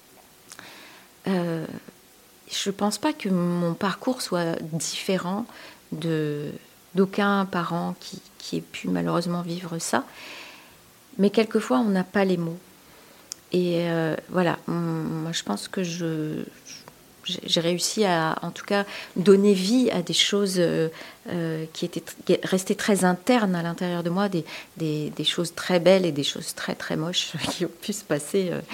Euh, je ne pense pas que mon parcours soit différent de, d'aucun parent qui, qui ait pu malheureusement vivre ça. Mais quelquefois, on n'a pas les mots. Et euh, voilà, moi je pense que je, j'ai, j'ai réussi à, en tout cas, donner vie à des choses euh, euh, qui étaient qui restées très internes à l'intérieur de moi, des, des, des choses très belles et des choses très très moches qui ont pu se passer. Euh,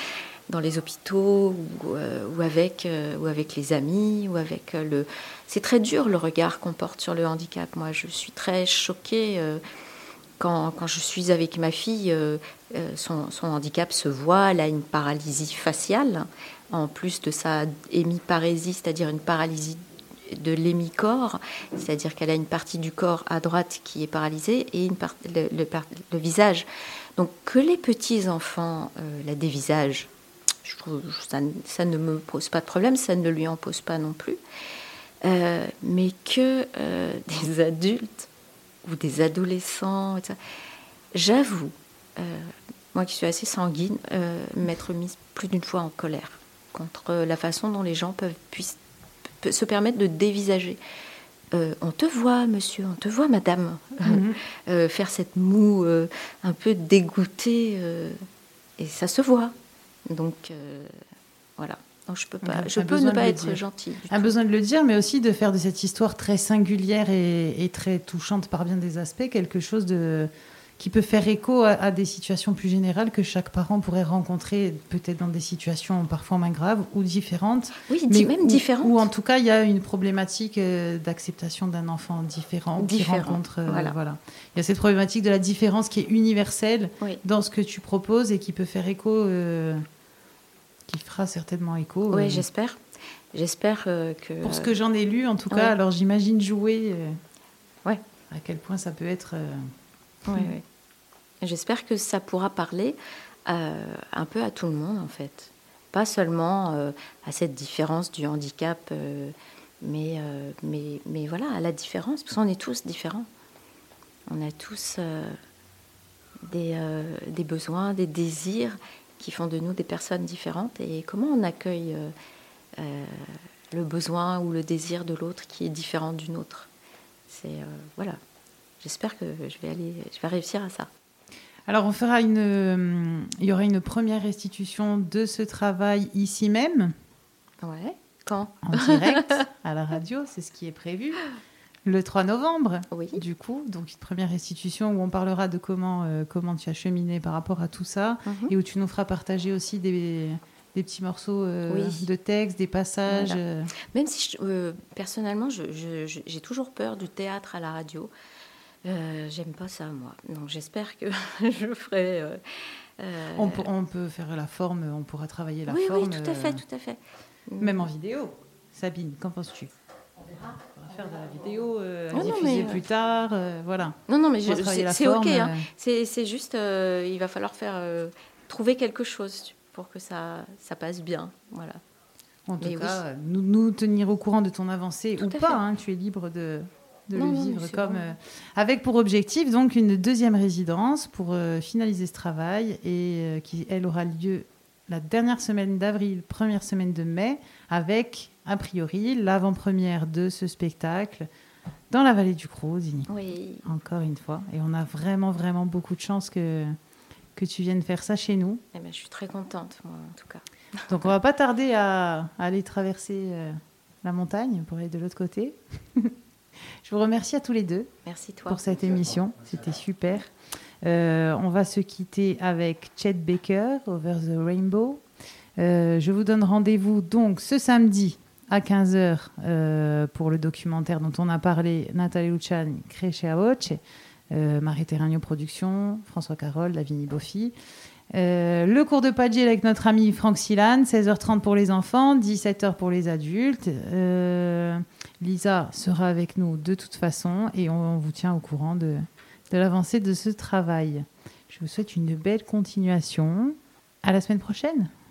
dans les hôpitaux ou, euh, ou, avec, euh, ou avec les amis. Ou avec, euh, le... C'est très dur le regard qu'on porte sur le handicap. Moi, je suis très choquée euh, quand, quand je suis avec ma fille. Euh, euh, son, son handicap se voit, elle a une paralysie faciale, en plus de sa hémiparésie, c'est-à-dire une paralysie de l'hémicorps, c'est-à-dire qu'elle a une partie du corps à droite qui est paralysée et une part, le, le, le visage. Donc que les petits-enfants euh, la dévisagent, je trouve, ça, ça ne me pose pas de problème, ça ne lui en pose pas non plus. Euh, mais que euh, des adultes ou des adolescents, et cetera, j'avoue, euh, moi qui suis assez sanguine, euh, m'être mise plus d'une fois en colère contre la façon dont les gens peuvent puissent se permettre de dévisager. Euh, on te voit, monsieur, on te voit, madame, mm-hmm. euh, faire cette moue euh, un peu dégoûtée, euh, et ça se voit. Donc, euh, voilà. Donc, je peux, pas, je peux ne pas être gentille. Un besoin de le dire, mais aussi de faire de cette histoire très singulière et, et très touchante par bien des aspects quelque chose de... qui peut faire écho à, à des situations plus générales que chaque parent pourrait rencontrer, peut-être dans des situations parfois moins graves ou différentes. Oui, mais même où, différentes. Ou en tout cas, il y a une problématique euh, d'acceptation d'un enfant différent, différent. qui rencontre... Euh, voilà. voilà. Il y a cette problématique de la différence qui est universelle oui. dans ce que tu proposes et qui peut faire écho, euh, qui fera certainement écho. Oui, euh, j'espère. J'espère euh, que... Pour ce que j'en ai lu, en tout cas, ouais. alors j'imagine jouer euh, ouais. à quel point ça peut être... Euh, oui, oui. J'espère que ça pourra parler euh, un peu à tout le monde, en fait. Pas seulement euh, à cette différence du handicap, euh, mais, euh, mais, mais voilà, à la différence, parce qu'on est tous différents. On a tous euh, des, euh, des besoins, des désirs qui font de nous des personnes différentes. Et comment on accueille euh, euh, le besoin ou le désir de l'autre qui est différent du nôtre. C'est, euh, voilà. J'espère que je vais, aller, je vais réussir à ça. Alors, on fera une, euh, il y aura une première restitution de ce travail ici même. Ouais. Quand ? En direct, à la radio, c'est ce qui est prévu. Le trois novembre, oui. du coup. Donc, une première restitution où on parlera de comment, euh, comment tu as cheminé par rapport à tout ça mm-hmm. et où tu nous feras partager aussi des, des petits morceaux euh, oui. de texte, des passages. Voilà. Euh... Même si, je, euh, personnellement, je, je, je, j'ai toujours peur du théâtre à la radio. Euh, j'aime pas ça, moi. Donc, j'espère que je ferai... Euh, euh... On, pour, on peut faire la forme, on pourra travailler la oui, forme. Oui, tout à fait, tout à fait. Même en vidéo. Sabine, qu'en penses-tu ? On verra. On va faire de la vidéo, euh, non, diffuser non, mais... plus tard, euh, voilà. Non, non, mais je, c'est, c'est forme, OK. Hein. Euh... C'est, c'est juste, euh, il va falloir faire, euh, trouver quelque chose pour que ça, ça passe bien, voilà. En tout mais cas, oui. nous, nous tenir au courant de ton avancée tout ou pas, hein, tu es libre de... de non, le non, vivre comme bon. euh, avec pour objectif donc une deuxième résidence pour euh, finaliser ce travail et euh, qui elle aura lieu la dernière semaine d'avril, première semaine de mai, avec a priori l'avant-première de ce spectacle dans la vallée du Crozigny. Oui. Encore une fois, et on a vraiment vraiment beaucoup de chance que que tu viennes faire ça chez nous. Eh ben, je suis très contente, moi, en tout cas. Donc on va pas tarder à, à aller traverser euh, la montagne pour aller de l'autre côté. Je vous remercie à tous les deux. Merci toi. Pour cette émission. C'était super. Euh, on va se quitter avec Chet Baker, Over the Rainbow. Euh, je vous donne rendez-vous donc ce samedi à quinze heures euh, pour le documentaire dont on a parlé, Nathalie Luciani, Cresce a Voce, euh, Marie-Terragno Productions, François Carole, Lavini Boffi. Euh, le cours de Paggi avec notre ami Franck Silan, seize heures trente pour les enfants, dix-sept heures pour les adultes. Euh, Lisa sera avec nous de toute façon et on, on vous tient au courant de, de l'avancée de ce travail. Je vous souhaite une belle continuation. À la semaine prochaine.